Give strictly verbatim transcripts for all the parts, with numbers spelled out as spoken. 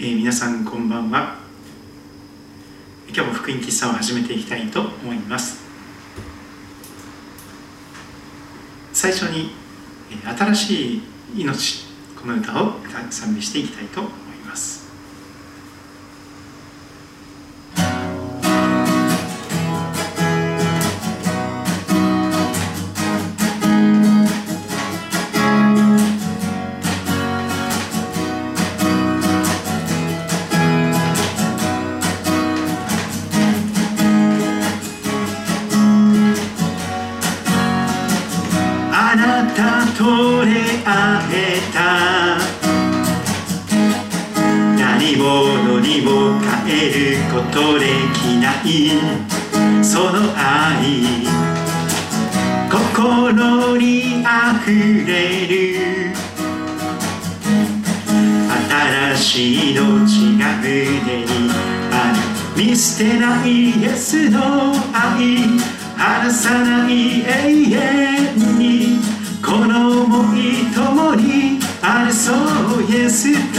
えー、皆さんこんばんは。今日も福音喫茶を始めていきたいと思います。最初にえー、新しい命、この歌を賛美していきたいと思います。と出会えた何者にも変えることできないその愛心にあふれる新しい命が胸にある見捨てないイエスの愛離さない永遠にこの想い共にあるそうイエスと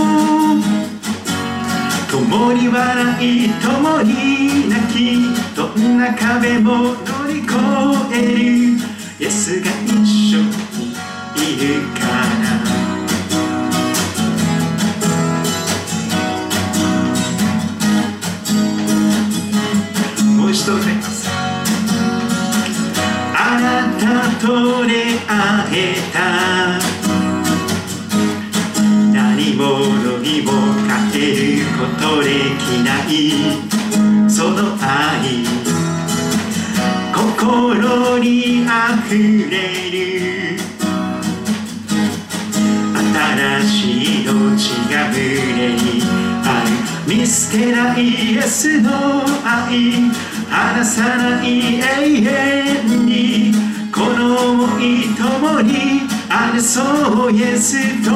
共に笑い共に泣きどんな壁も乗り越えるイエスが一緒にいるからもう一度歌います。あなたと出会えた何者にも変えることできないその愛心にあふれる新しい命が胸にある見捨てないイエスの愛離さない永遠にこの想い共にあるそうイエスと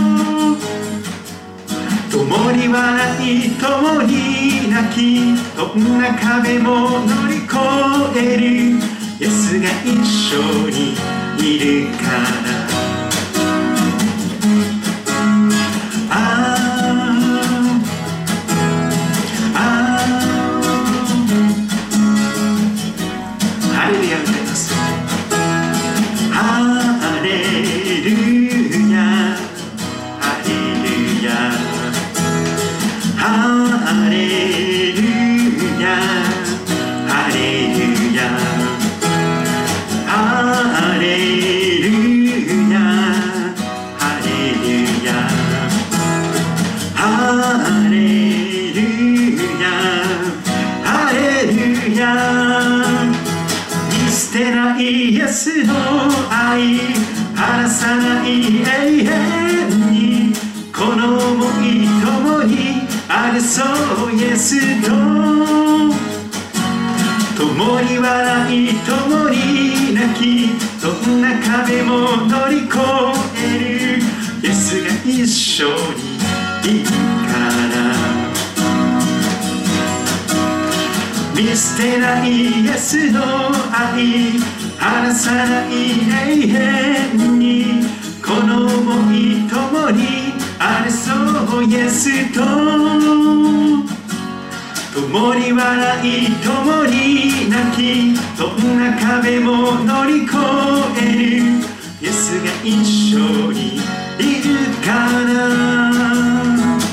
共に笑い共に泣きどんな壁も乗り越えるイエスが一緒にいるからイエスの愛離さない永遠にこの想い共にあるそうイエスと共に笑い共に泣きどんな壁も乗り越えるイエスが一緒にいるから見捨てないイエスの愛離さない永遠にこの想い共にあるそうイエスと共に笑い共に泣きどんな壁も乗り越えるイエスが一緒にいるから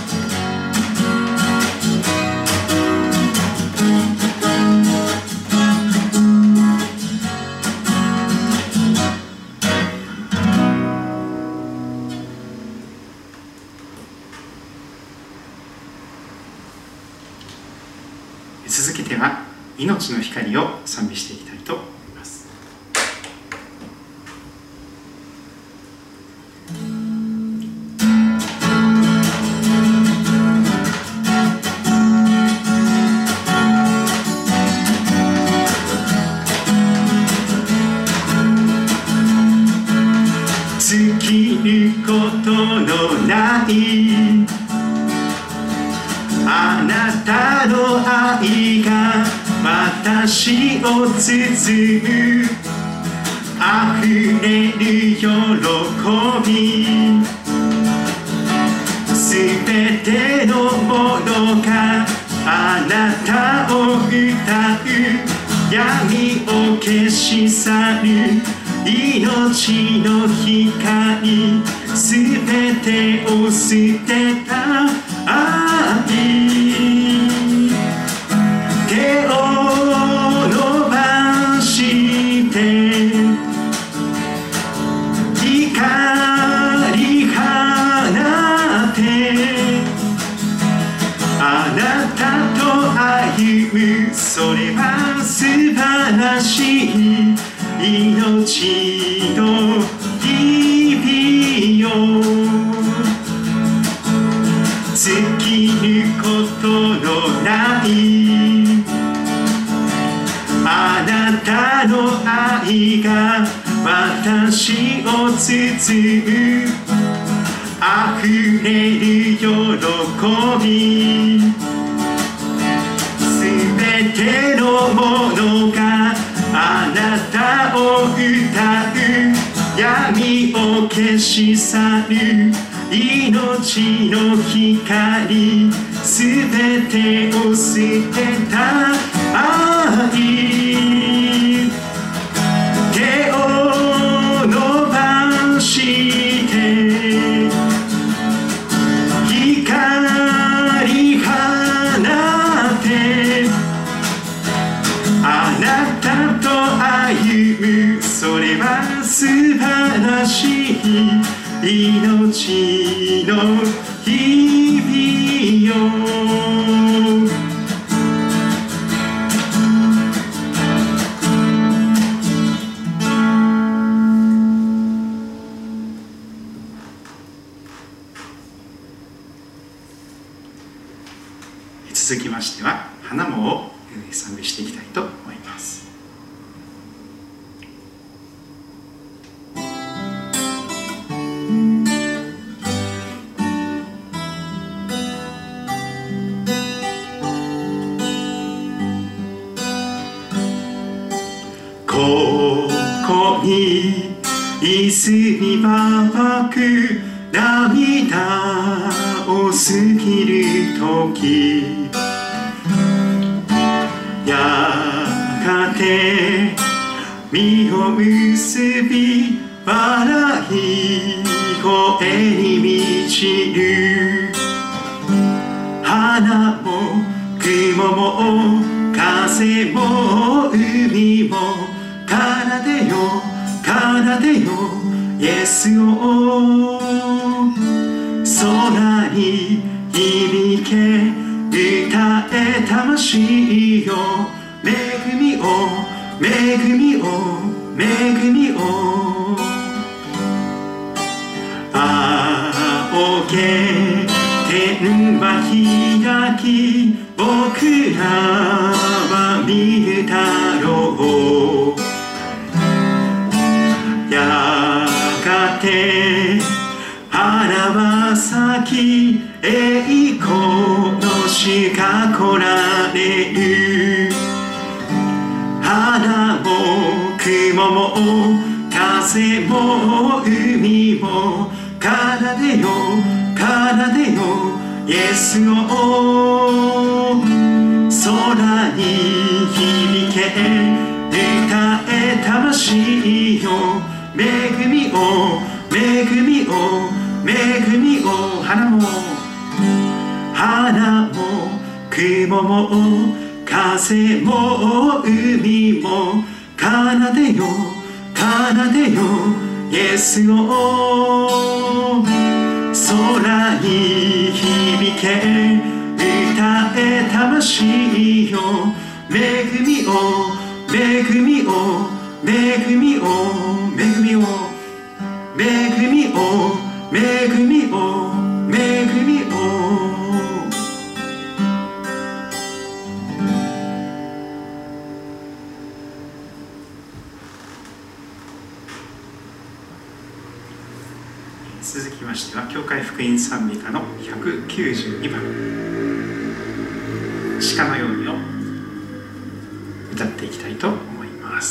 続けては命の光を賛美していきたいと思います。尽きることのないあなたの愛が私を包む溢れる喜びすべてのものがあなたを歌う。闇を消し去る命の光、すべてを捨てた愛。手を伸ばして光放ってあなたと歩む、それは素晴らしい命の日々よ。尽きることのないあなたの愛が私を包む、溢れる喜び。すべてのものがあなたを歌う。闇を消し去る命の光、すべてを捨てた愛。手を伸ばして光放ってあなたと歩む、それは素晴らしい命の日々よ。続きましては花もを賛美していきたいと思います。ここにいすみばく涙を過ぎるとき、やがて実を結び笑い声に満ちる。花も雲も風も海も奏でよ奏でよイエスを。空に響け歌え魂よ、恵みを恵みを恵みを。仰げ天は開き、僕らは見るだろう。やがて花は咲き、栄光の日が来られる。花も雲も風も海も奏でよ奏でよイエスを。空に響け歌え魂よ、恵みを恵みを恵みを。花も花も雲も風も海も奏でよ奏でよイエスを。空に響け歌え魂よ、恵みを恵みを恵みを恵みを恵みを恵みを恵みを。続きましては教会福音賛美歌のひゃくきゅうじゅうにばん「鹿のように」を歌っていきたいと思います。「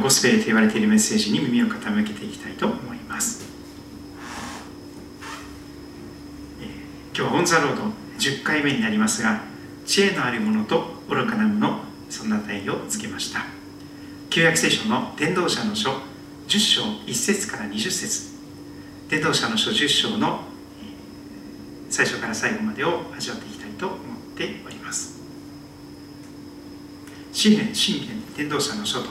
ゴスペルと言われているメッセージに耳を傾けていきたいと思います。えー、今日はオン・ザ・ロードじゅっかいめになりますが、知恵のあるものと愚かなもの、そんな題をつけました。旧約聖書の伝道者の書じゅっ章いっ節からにじゅっ節、伝道者の書じゅっ章の最初から最後までを味わっていきたいと思っております。詩篇、箴言、伝道者の書と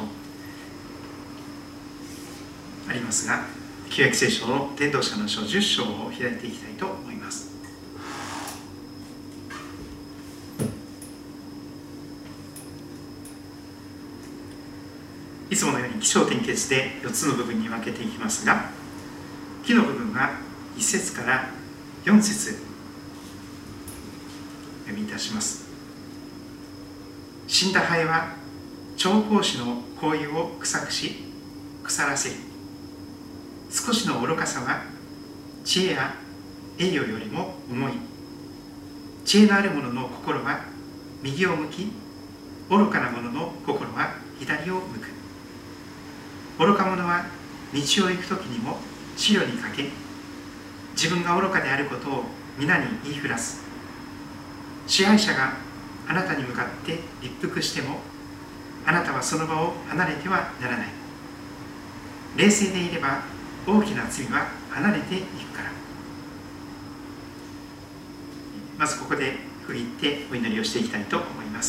ありますが、旧約聖書の伝道者の書じゅっ章を開いていきたいと思います。いつものように起承転結でよっつの部分に分けていきますが、木の部分はいっ節からよん節読みいたします。死んだハエは調香師の香油を臭くし腐らせる。少しの愚かさは知恵や栄誉よりも重い。知恵のある者の心は右を向き、愚かな者の心は左を向く。愚か者は道を行く時にも思慮にかけ、自分が愚かであることを皆に言いふらす。支配者があなたに向かって立腹しても、あなたはその場を離れてはならない。冷静でいれば大きな罪は離れていくから。まずここで区切ってお祈りをしていきたいと思います。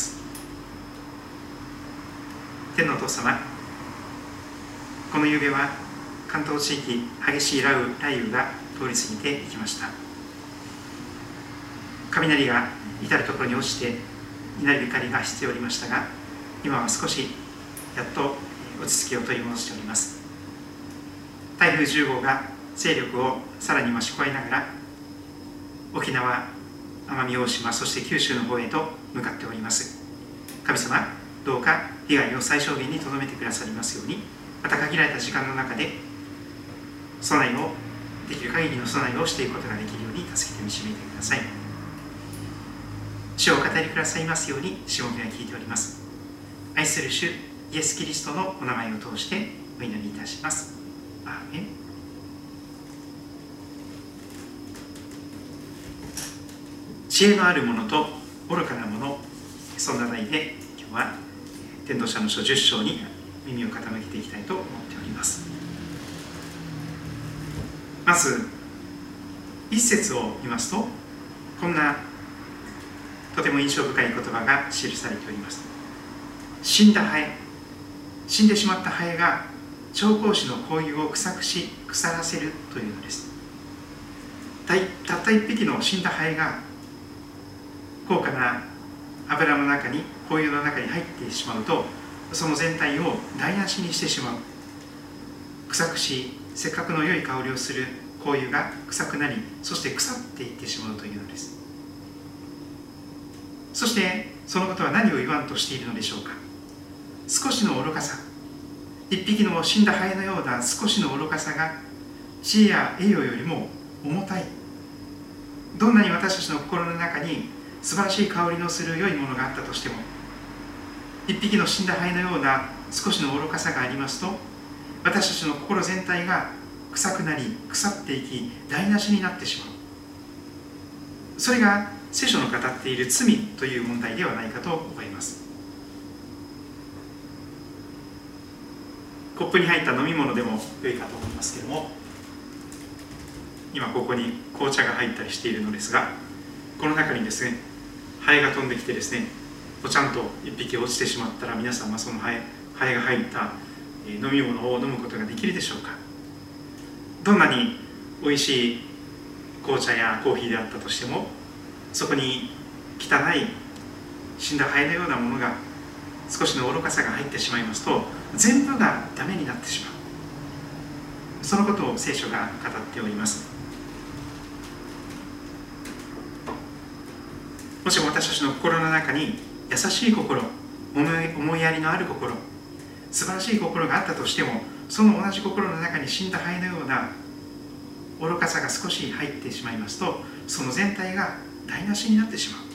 天のお父様、この夕べは関東地域激しい雷雨、雷雨が通り過ぎていきました。雷が至るところに落ちて稲光がしておりましたが、今は少しやっと落ち着きを取り戻しております。台風じゅう号が勢力をさらに増し加えながら沖縄、奄美大島、そして九州の方へと向かっております。神様、どうか被害を最小限にとどめてくださりますように、また限られた時間の中で備えをできる限りの備えをしていくことができるように助けて導いてください。主をお語りくださいますようにしもべは聞いております。愛する主イエス・キリストのお名前を通してお祈りいたします。アーメン。知恵のあるものと愚かなもの、そんな題で今日は伝道者の書じゅっ章に耳を傾けていきたいと思っております。まず一節を見ますと、こんなとても印象深い言葉が記されております。死んだハエ、死んでしまったハエが調香師の香油を臭くし腐らせるというのです。たった一匹の死んだハエが高価な油の中に、香油の中に入ってしまうと、その全体を台無しにしてしまう。臭くし、せっかくの良い香りをする香油が臭くなり、そして腐っていってしまうというのです。そしてそのことは何を言わんとしているのでしょうか。少しの愚かさ、一匹の死んだハエのような少しの愚かさが知恵や栄誉よりも重たい。どんなに私たちの心の中に素晴らしい香りのする良いものがあったとしても、一匹の死んだハエのような少しの愚かさがありますと、私たちの心全体が臭くなり腐っていき台無しになってしまう。それが聖書の語っている罪という問題ではないかと思います。コップに入った飲み物でも良いかと思いますけれども、今ここに紅茶が入ったりしているのですが、この中にですね、ハエが飛んできてですね、ちゃんと一匹落ちてしまったら、皆さんはそのハエ、ハエが入った飲み物を飲むことができるでしょうか。どんなに美味しい紅茶やコーヒーであったとしても、そこに汚い死んだハエのようなものが、少しの愚かさが入ってしまいますと、全部がダメになってしまう。そのことを聖書が語っております。もしも私たちの心の中に優しい心、思いやりのある心、素晴らしい心があったとしても、その同じ心の中に死んだハエのような愚かさが少し入ってしまいますと、その全体が台無しになってしまう。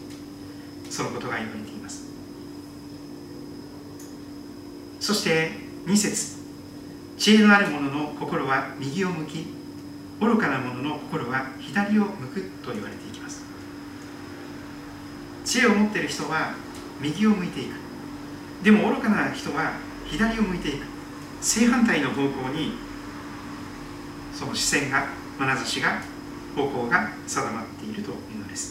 そのことが言われています。そしてに節、知恵のある者の心は右を向き、愚かな者の心は左を向くと言われていきます。知恵を持っている人は右を向いていく。でも愚かな人は左を向いていく。正反対の方向にその視線が、眼差しが、方向が定まっているというのです。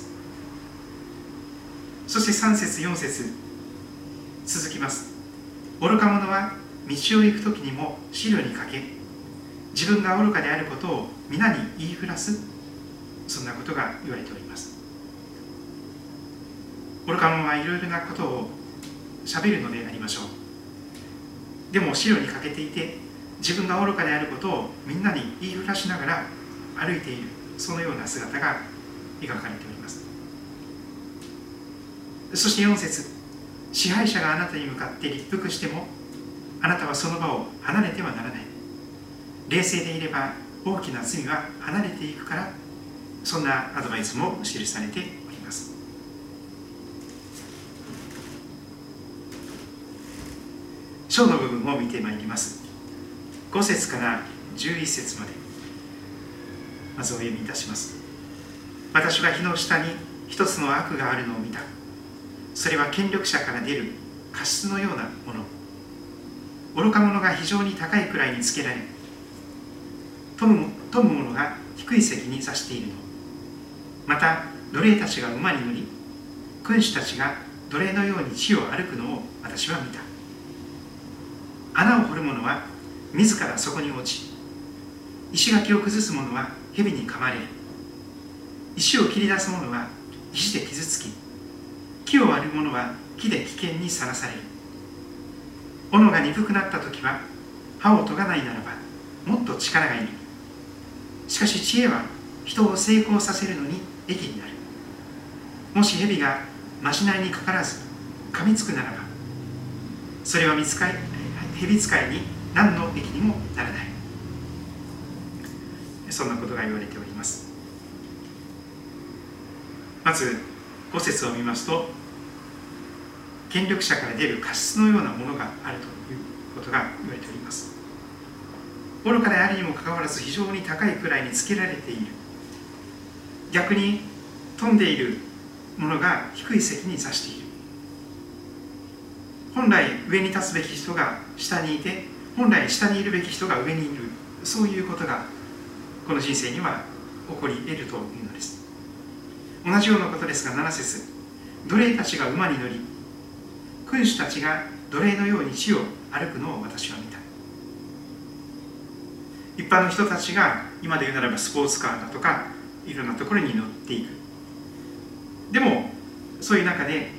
そしてさん節よん節続きます。愚か者は道を行くときにも思慮にかけ、自分が愚かであることを皆に言いふらす、そんなことが言われております。愚か者はいろいろなことをしゃべるのでありましょう。でも思慮にかけていて、自分が愚かであることをみんなに言いふらしながら歩いている、そのような姿が描かれております。そしてよん節、支配者があなたに向かって立腹しても、あなたはその場を離れてはならない。冷静でいれば大きな罪は離れていくから、そんなアドバイスも記されております。章の部分を見てまいります。ご節からじゅういち節まで、まずお読みいたします。私は日の下に一つの悪があるのを見た。それは権力者から出る過失のようなもの。愚か者が非常に高いくらいにつけられ、富む者が低い席に座しているの。また奴隷たちが馬に乗り、君主たちが奴隷のように地を歩くのを私は見た。穴を掘る者は自らそこに落ち、石垣を崩す者は蛇に噛まれる。石を切り出す者は石で傷つき、木を割る者は木で危険にさらされる。斧が鈍くなった時は刃を研がないならばもっと力がいる。しかし知恵は人を成功させるのに益になる。もし蛇がまじないにかからず噛みつくならば、それは見つかい蛇使いに何の益にもならない。そんなことが言われております。まずご節を見ますと、権力者から出る過失のようなものがあるということが言われております。愚かであるにもかかわらず非常に高いくらいにつけられている。逆に飛んでいるものが低い席に座している。本来上に立つべき人が下にいて、本来下にいるべき人が上にいる、そういうことがこの人生には起こり得るというのです。同じようなことですがなな節、奴隷たちが馬に乗り、君主たちが奴隷のように地を歩くのを私は見た。一般の人たちが今で言うならばスポーツカーだとかいろんなところに乗っていく。でもそういう中で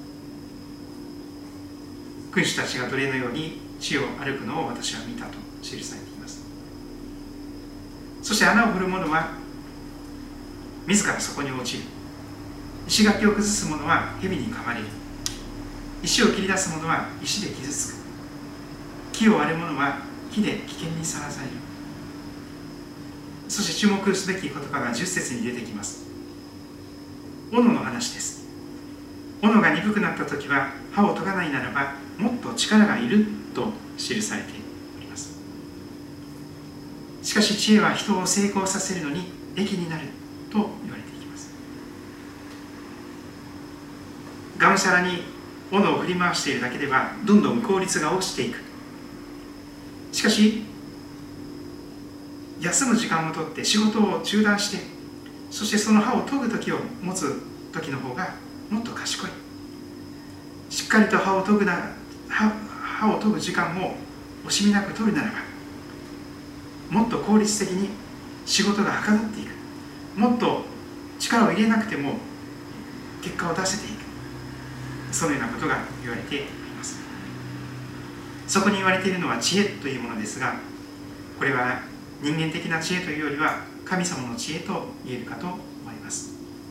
君主たちが奴隷のように地を歩くのを私は見たと記されています。そして穴を掘る者は自らそこに落ちる。石垣を崩す者は蛇に噛まれる。石を切り出す者は石で傷つく。木を割る者は木で危険にさらされる。そして注目すべき言葉がじゅっ節に出てきます。斧の話です。斧が鈍くなった時は刃を研がないならばもっと力がいると記されております。しかし知恵は人を成功させるのに益になると言われていきます。がむしゃらに斧を振り回しているだけではどんどん効率が落ちていく。しかし休む時間をとって仕事を中断して、そしてその刃を研ぐ時を持つ時の方がもっと賢い。しっかりと刃を研ぐな 刃, 刃を研ぐ時間を惜しみなく取るならばもっと効率的に仕事がはかどっていく。もっと力を入れなくても結果を出せていく。そのようなことが言われています。そこに言われているのは知恵というものですが、これは人間的な知恵というよりは神様の知恵と言えるかと思います。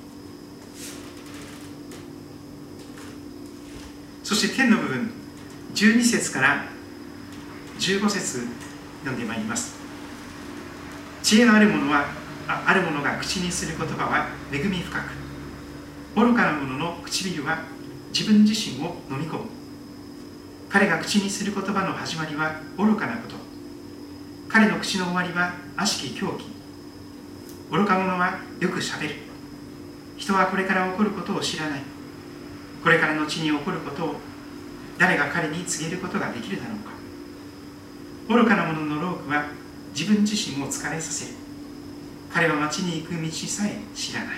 そして天の部分じゅうに節からじゅうご節読んでまいります。知恵のある者はあある者が口にする言葉は恵み深く、愚かな者の唇は自分自身を飲み込む。 彼が口にする言葉の始まりは愚かなこと、彼の口の終わりは悪しき狂気。愚か者はよくしゃべる。人はこれから起こることを知らない。これからの地に起こることを誰が彼に告げることができるだろうか。愚かな者の労苦は自分自身を疲れさせる。彼は町に行く道さえ知らない。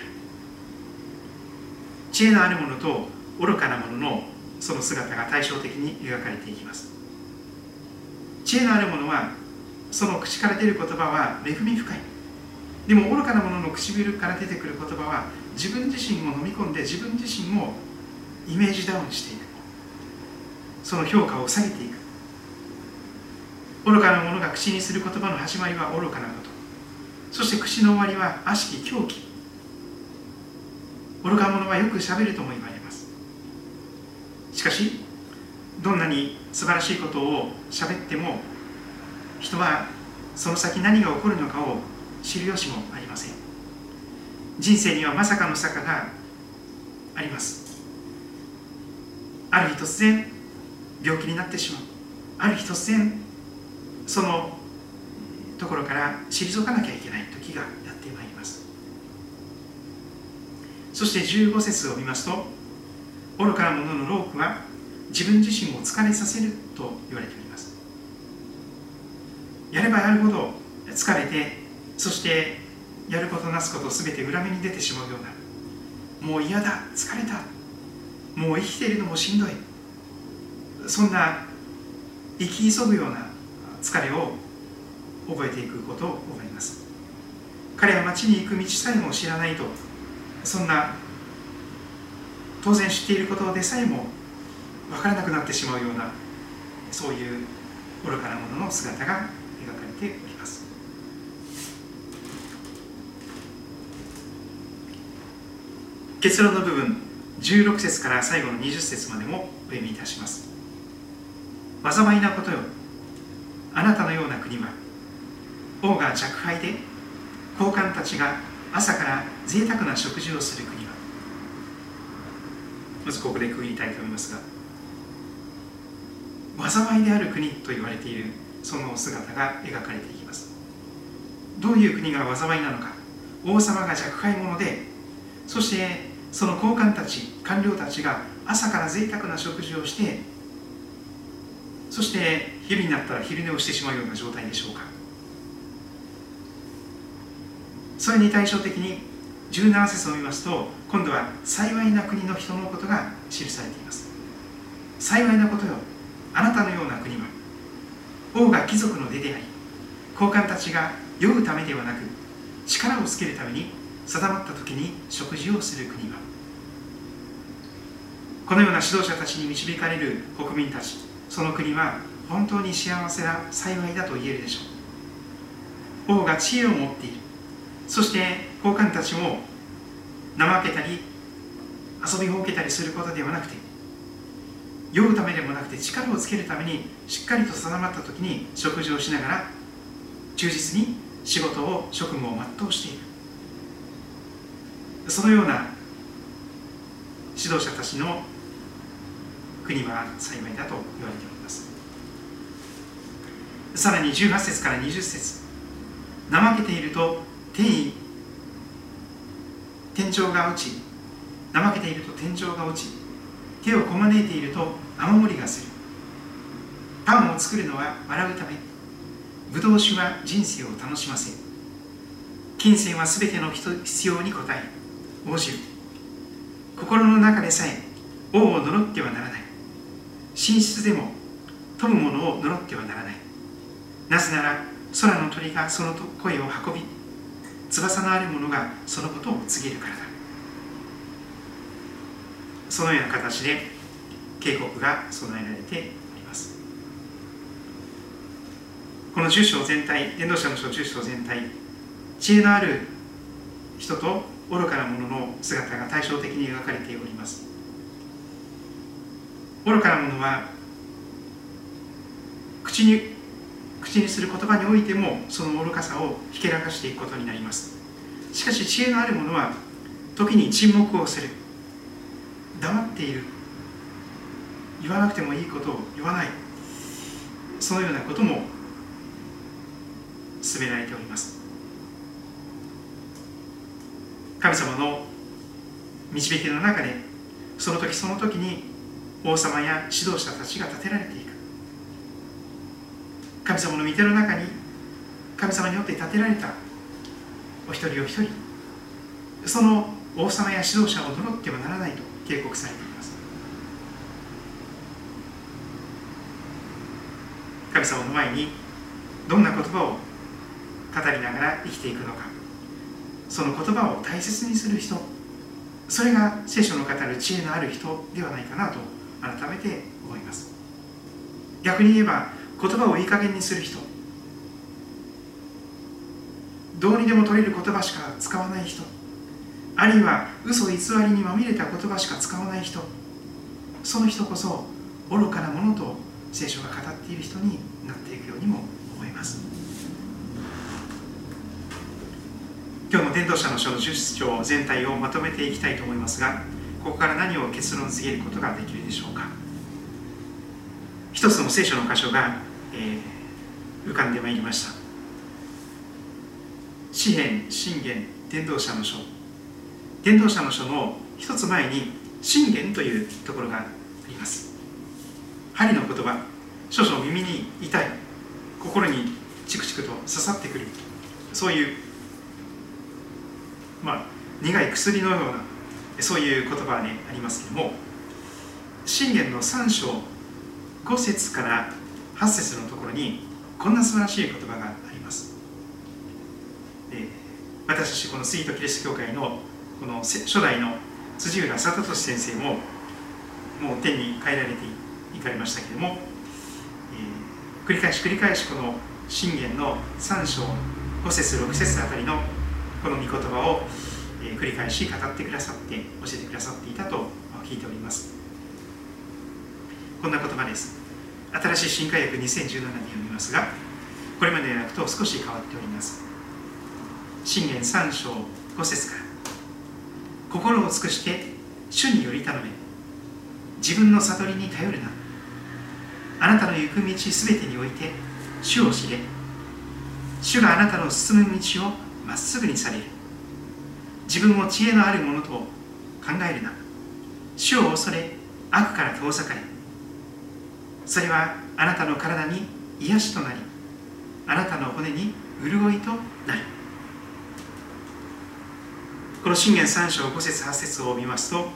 知恵のある者と愚かな者のその姿が対照的に描かれていきます。知恵のある者はその口から出る言葉は恵み深い。でも愚かな者の唇から出てくる言葉は自分自身を飲み込んで自分自身をイメージダウンしていく。その評価を下げていく。愚かな者が口にする言葉の始まりは愚かなこと、そして口の終わりは悪しき狂気。愚か者はよくしゃべるとも言われます。しかしどんなに素晴らしいことをしゃべっても人はその先何が起こるのかを知る由もありません。人生にはまさかの坂があります。ある日突然病気になってしまう。ある日突然そのところから退かなきゃいけない時がやってまいります。そしてじゅうご節を見ますと、愚かな者の労苦は自分自身を疲れさせると言われております。やればやるほど疲れて、そしてやることなすことすべて裏目に出てしまうような、もう嫌だ、疲れた、もう生きているのもしんどい、そんな生き急ぐような疲れを覚えていくことを思います。彼は町に行く道さえも知らないと、そんな当然知っていることでさえも分からなくなってしまうような、そういう愚かな者の姿が描かれております。結論の部分じゅうろく節から最後のにじゅう節までもお読みいたします。災いなことよ、あなたのような国は、王が若輩で高官たちが朝から贅沢な食事をする国は。まずここで区切りたいと思いますが、災いである国と言われているその姿が描かれていきます。どういう国が災いなのか。王様が若輩者で、そしてその高官たち、官僚たちが朝から贅沢な食事をして、そして昼になったら昼寝をしてしまうような状態でしょうか。それに対照的にじゅうなな節を見ますと、今度は幸いな国の人のことが記されています。幸いなことよ、あなたのような国は、王が貴族の出であり、高官たちが酔うためではなく力をつけるために定まった時に食事をする国は。このような指導者たちに導かれる国民たち、その国は本当に幸せな幸いだと言えるでしょう。王が知恵を持っている。そして高官たちも怠けたり遊びほうけたりすることではなくて、酔うためでもなくて力をつけるためにしっかりと定まった時に食事をしながら忠実に仕事を職務を全うしている。そのような指導者たちの国は幸いだと言われております。さらにじゅうはち節からにじゅう節、怠けていると天意天井が落ち、怠けていると天井が落ち、手をこまねいていると雨漏りがする。パンを作るのは笑うため、ぶどう酒は人生を楽しませ、金銭はすべての必要に応え応じる。心の中でさえ王を呪ってはならない。寝室でも富む者を呪ってはならない。なぜなら空の鳥がその声を運び、翼のある者がそのことを告げるからだ。そのような形で警告が備えられております。このじゅう章全体、伝道者の書じゅう章全体、知恵のある人と愚かな者の姿が対照的に描かれております。愚かな者は口に口にする言葉においてもその愚かさをひけらかしていくことになります。しかし知恵のある者は時に沈黙をする、黙っている、 言わなくてもいいことを言わない、そのようなことも進められております。神様の導きの中で、その時その時に王様や指導者たちが立てられていく。神様の御手の中に神様によって立てられたお一人お一人、その王様や指導者を呪ってはならないと警告されています。神様の前にどんな言葉を語りながら生きていくのか、その言葉を大切にする人、それが聖書の語る知恵のある人ではないかなと改めて思います。逆に言えば、言葉をいい加減にする人、どうにでも取れる言葉しか使わない人、あるいは嘘偽りにまみれた言葉しか使わない人、その人こそ愚かなものと聖書が語っている人になっていくようにも思います。今日の伝道者の書のじゅっ章全体をまとめていきたいと思いますが、ここから何を結論付けることができるでしょうか。一つの聖書の箇所が、えー、浮かんでまいりました。詩編、箴言、伝道者の書。伝道者の書の一つ前に箴言というところがあります。針の言葉、少々耳に痛い、心にチクチクと刺さってくる、そういう、まあ、苦い薬のようなそういう言葉は、ね、ありますけれども、箴言のさん章ご節からはち節のところにこんな素晴らしい言葉があります。で、私たちこのスイートキリスト教会のこの初代の辻浦聡俊先生ももう天に帰られていかれましたけれども、えー、繰り返し繰り返しこの箴言のさん章ご節ろく節あたりのこの御言葉を、えー、繰り返し語ってくださって教えてくださっていたと聞いております。こんな言葉です。新しい新海訳にせんじゅうななに読みますが、これまでの訳と少し変わっております。箴言さん章ご節から、心を尽くして主により頼め、自分の悟りに頼るな、あなたの行く道すべてにおいて主を知れ、主があなたの進む道をまっすぐにされる。自分を知恵のあるものと考えるな、主を恐れ悪から遠ざかれ、それはあなたの体に癒しとなり、あなたの骨に潤いとなる。この箴言さん章ご節はち節を見ますと、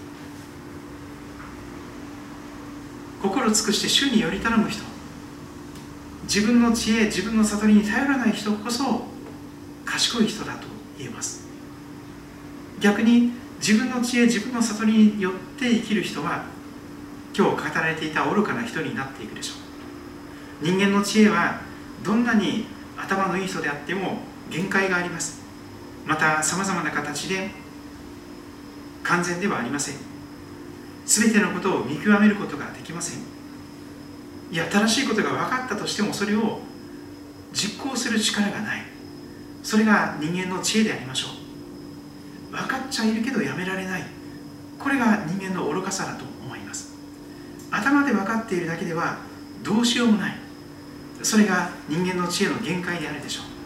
心尽くして主により頼む人、自分の知恵、自分の悟りに頼らない人こそ賢い人だと言えます。逆に自分の知恵、自分の悟りによって生きる人は、今日語られていた愚かな人になっていくでしょう。人間の知恵はどんなに頭のいい人であっても限界があります。またさまざまな形で完全ではありません。すべてのことを見極めることができません。いや、正しいことが分かったとしてもそれを実行する力がない。それが人間の知恵でありましょう。分かっちゃいるけどやめられない、これが人間の愚かさだと思います。頭で分かっているだけではどうしようもない、それが人間の知恵の限界であるでしょう。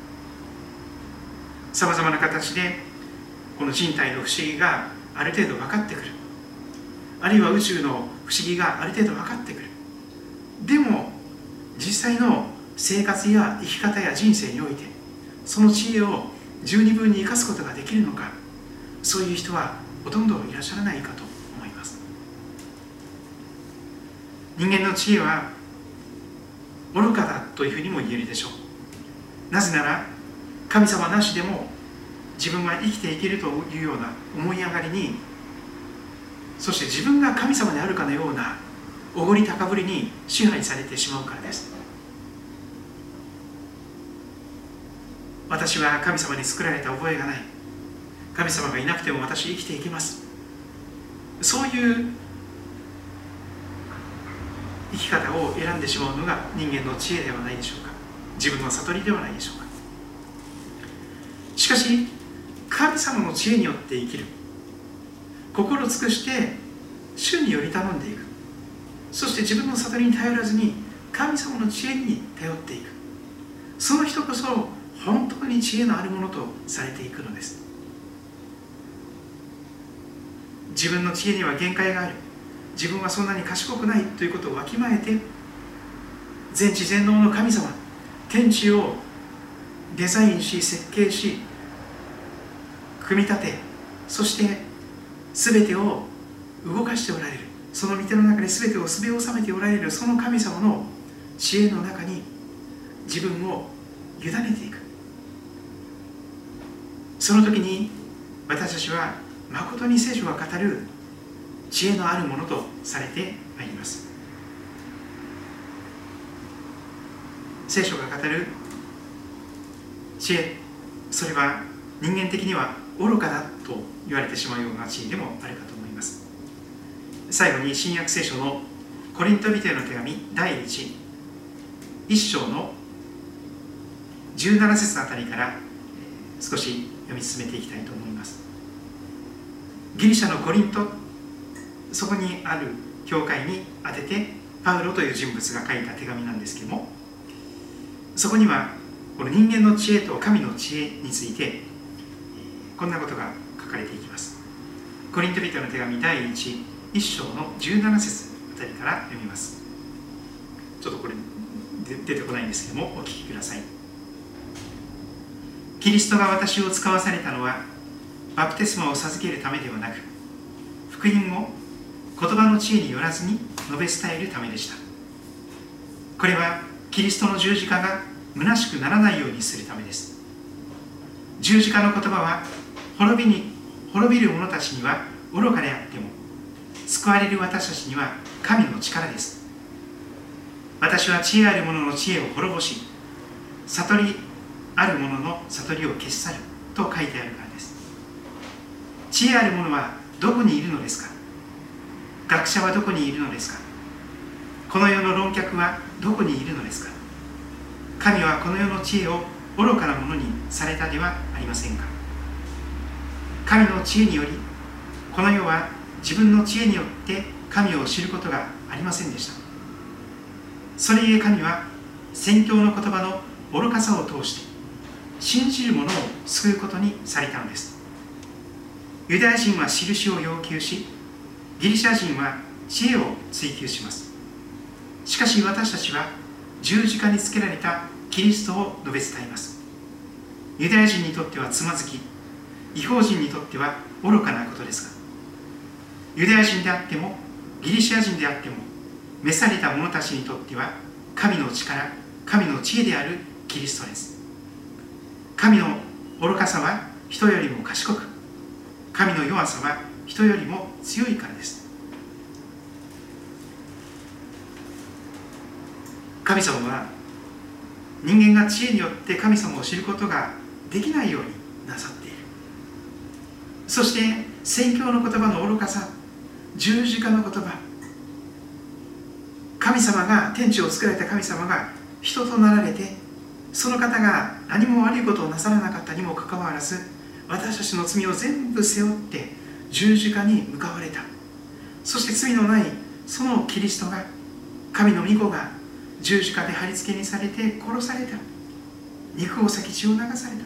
さまざまな形でこの人体の不思議がある程度分かってくる、あるいは宇宙の不思議がある程度分かってくる。でも実際の生活や生き方や人生においてその知恵を十二分に生かすことができるのか、そういう人はほとんどいらっしゃらないかと思います。人間の知恵は愚かだというふうにも言えるでしょう。なぜなら神様なしでも自分は生きていけるというような思い上がりに、そして自分が神様であるかのようなおごり高ぶりに支配されてしまうからです。私は神様に作られた覚えがない、神様がいなくても私生きていけます、そういう生き方を選んでしまうのが人間の知恵ではないでしょうか。自分の悟りではないでしょうか。しかし神様の知恵によって生きる、心尽くして主により頼んでいく、 そして自分の悟りに頼らずに神様の知恵に頼っていく、その人こそ本当に知恵のあるものとされていくのです。自分の知恵には限界がある、自分はそんなに賢くないということをわきまえて、全知全能の神様、天地をデザインし設計し組み立て、そして全てを動かしておられる、その御手の中で全てをすべ収めておられるその神様の知恵の中に自分を委ねていく。その時に私たちは誠に聖書が語る知恵のあるものとされてまいります。聖書が語る知恵、それは人間的には愚かだと言われてしまうような知恵でもあるかと思います。最後に新約聖書のコリント人への手紙だいいち、いっ章のじゅうなな節あたりから少し読み進めていきたいと思います。ギリシャのコリント、そこにある教会に宛ててパウロという人物が書いた手紙なんですけども、そこにはこの人間の知恵と神の知恵についてこんなことが書かれていきます。コリント人への手紙だいいち、いっ章のじゅうなな節あたりから読みます。ちょっとこれ出てこないんですけども、お聞きください。キリストが私を使わされたのはバプテスマを授けるためではなく、福音を言葉の知恵によらずに述べ伝えるためでした。これはキリストの十字架が虚しくならないようにするためです。十字架の言葉は滅びに滅びる者たちには愚かであっても、救われる私たちには神の力です。私は知恵ある者の知恵を滅ぼし、悟りある者の悟りを消し去ると書いてあるからです。知恵ある者はどこにいるのですか？学者はどこにいるのですか？この世の論客はどこにいるのですか？神はこの世の知恵を愚かなものにされたではありませんか？神の知恵により、この世は自分の知恵によって神を知ることがありませんでした。それゆえ神は宣教の言葉の愚かさを通して信じる者を救うことにされたのです。ユダヤ人は印を要求し、ギリシャ人は知恵を追求します。しかし私たちは十字架につけられたキリストを述べ伝えます。ユダヤ人にとってはつまずき、異邦人にとっては愚かなことですが、ユダヤ人であってもギリシャ人であっても召された者たちにとっては神の力、神の知恵であるキリストです。神の愚かさは人よりも賢く、神の弱さは人よりも強いからです。神様は人間が知恵によって神様を知ることができないようになさっている。そして宣教の言葉の愚かさ、十字架の言葉、神様が、天地を作られた神様が人となられて、その方が何も悪いことをなさらなかったにもかかわらず、私たちの罪を全部背負って十字架に向かわれた。そして罪のないそのキリストが、神の御子が十字架で貼り付けにされて殺された。肉を裂き血を流された。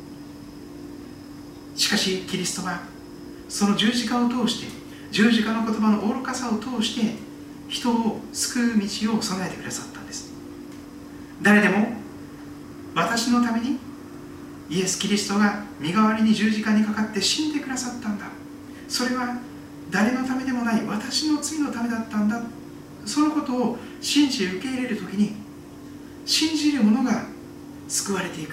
しかしキリストはその十字架を通して、十字架の言葉の愚かさを通して人を救う道を備えてくださったんです。誰でも私のためにイエス・キリストが身代わりに十字架にかかって死んでくださったんだ。それは誰のためでもない私の罪のためだったんだ。そのことを信じ受け入れるときに、信じる者が救われていく。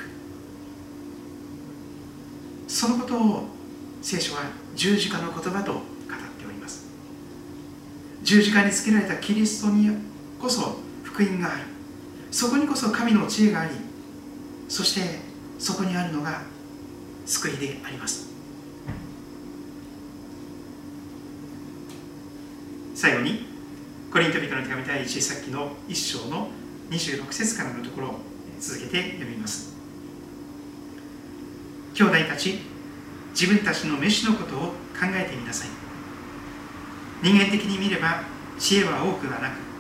そのことを聖書は十字架の言葉と語っております。十字架につけられたキリストにこそ福音がある。そこにこそ神の知恵があり、そしてそこにあるのが救いであります。最後にコリント人の手紙だいいち、さっきのいっ章のにじゅうろく節からのところを続けて読みます。兄弟たち、自分たちの飯のことを考えてみなさい。人間的に見れば知恵は多くはなく、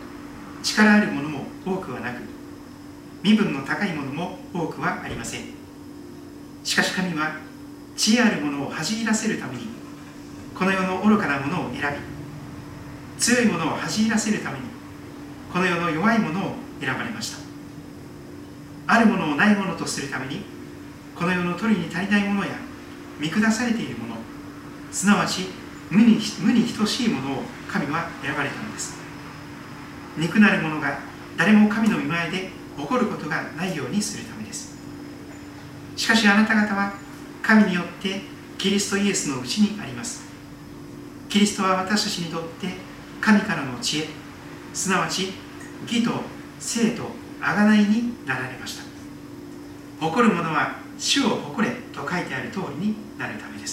力あるものも多くはなく、身分の高いものも多くはありません。しかし神は知恵あるものを恥じらせるために、この世の愚かなものを選び、強いものを恥じらせるために、この世の弱いものを選ばれました。あるものをないものとするために、この世の取りに足りないものや見下されているもの、すなわち無に無に等しいものを神は選ばれたのです。肉なるものが誰も神の御前で誇ることがないようにするためです。しかしあなた方は神によってキリストイエスのうちにあります。キリストは私たちにとって神からの知恵、すなわち義と聖と贖いになられました。誇る者は主を誇れと書いてある通りになるためです。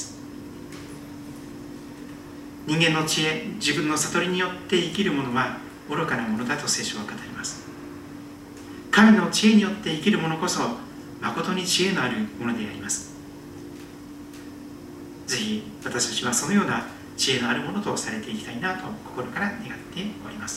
人間の知恵、自分の悟りによって生きる者は愚かなものだと聖書は語ります。神の知恵によって生きる者こそ誠に知恵のあるものであります。ぜひ私たちはそのような知恵のあるものとされていきたいなと心から願っております。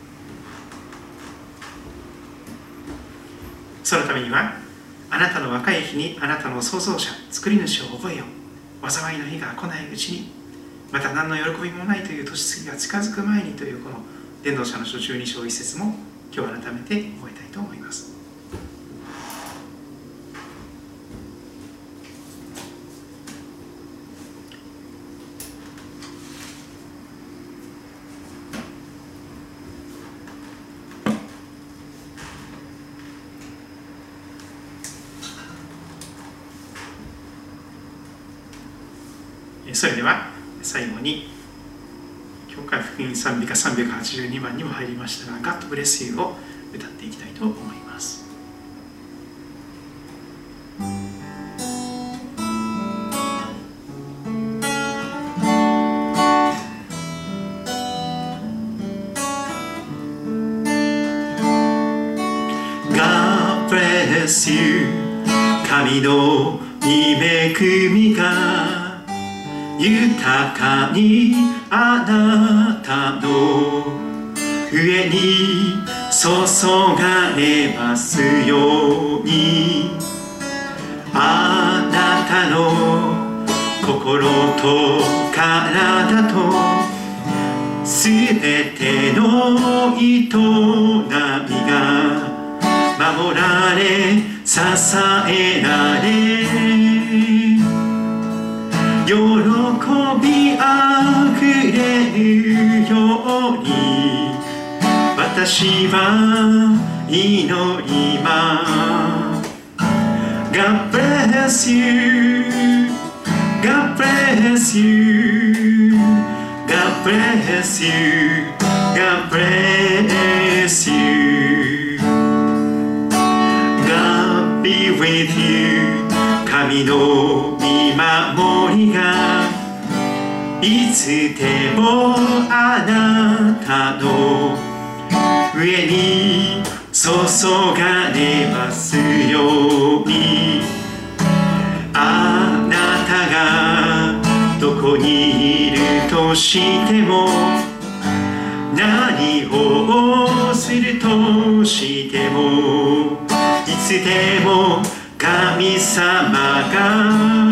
そのためには、あなたの若い日にあなたの創造者、作り主を覚えよ。災いの日が来ないうちに、また何の喜びもないという年月が近づく前にというこの伝道者の書じゅうに章一節も今日改めて覚えたいと思います。それでは最後に教会福音賛美歌さんびゃくはちじゅうにばんにも入りましたが、God Bless You を歌っていきたいと思います。God bless you 神の恵みが豊かにあなたの上に注がれますように、あなたの心と体とすべての営みが守られ支えられ、喜びあふれるように私は祈ります。 God bless you God bless you God bless you God bless you God be with you 神の見守りがいつでもあなたの上に注がれますように、あなたがどこにいるとしても、何をするとしても、いつでも神様が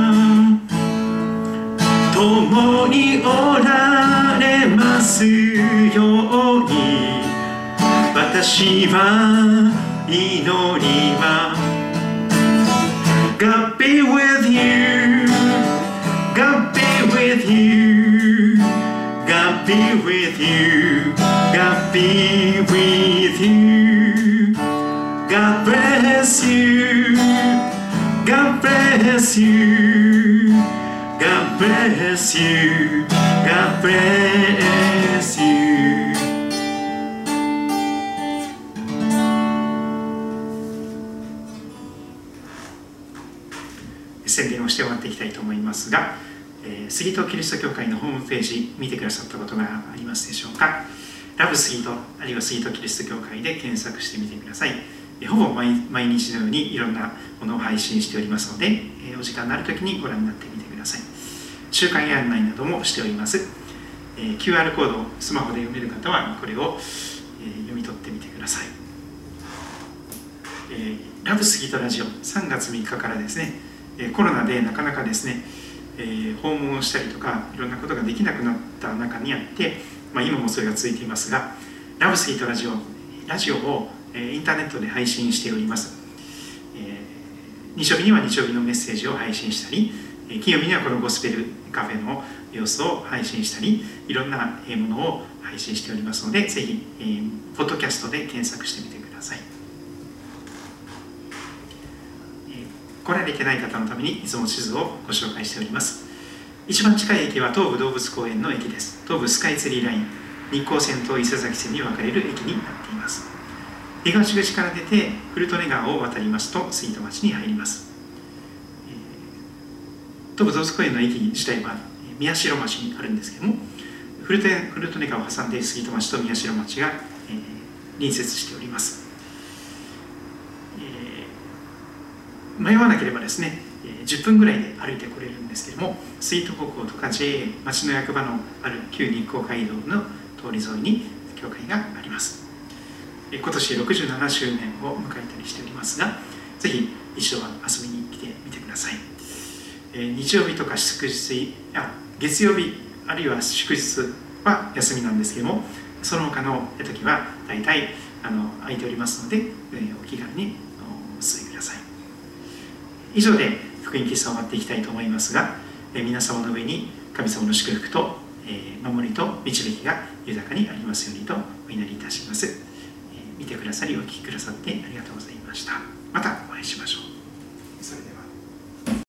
共におられますように、私は祈ります。 God be with you God be with you God be with you God be with you God bless you God bless you God bless you God bless you。 宣伝をして終わっていきたいと思いますが、えー、杉戸キリスト教会のホームページ見てくださったことがありますでしょうか。ラブ杉戸あるいは杉戸キリスト教会で検索してみてください。えー、ほぼ 毎, 毎日のようにいろんなものを配信しておりますので、えー、お時間のある時にご覧になってみてください。週間案内などもしております。えー、キューアール コードをスマホで読める方はこれを、えー、読み取ってみださい。えー、ラブスギートラジオさんがつみっかからですね、えー、コロナでなかなかですね、えー、訪問をしたりとかいろんなことができなくなった中にあって、まあ、今もそれが続いていますが、ラブスギートラジオラジオを、えー、インターネットで配信しております。えー、日曜日には日曜日のメッセージを配信したり、金曜日にはこのゴスペルカフェの様子を配信したり、いろんなものを配信しておりますので、ぜひ、えー、ポッドキャストで検索してみてください。えー、来られてない方のためにいつも地図をご紹介しております。一番近い駅は東武動物公園の駅です。東武スカイツリーライン、日光線と伊勢崎線に分かれる駅になっています。東口から出て古利根川を渡りますと杉戸町に入ります。東武動物公園の駅自体は宮代町にあるんですけども、古利根川を挟んで杉戸町と宮代町が、えー、隣接しております。えー、迷わなければですね、じゅっぷんぐらいで歩いてこれるんですけども、水都国交とか ジェイエー 町の役場のある旧日光街道の通り沿いに教会があります。えー、今年ろくじゅうななしゅうねんを迎えたりしておりますが、ぜひ一度は遊びに来てみてください。日曜日とか祝日、あ月曜日あるいは祝日は休みなんですけども、その他の時は大体あの空いておりますので、お気軽にお進みください。以上で福音喫茶を終わっていきたいと思いますが、皆様の上に神様の祝福と守りと導きが豊かにありますようにとお祈りいたします。見てくださりお聞きくださってありがとうございました。またお会いしましょう。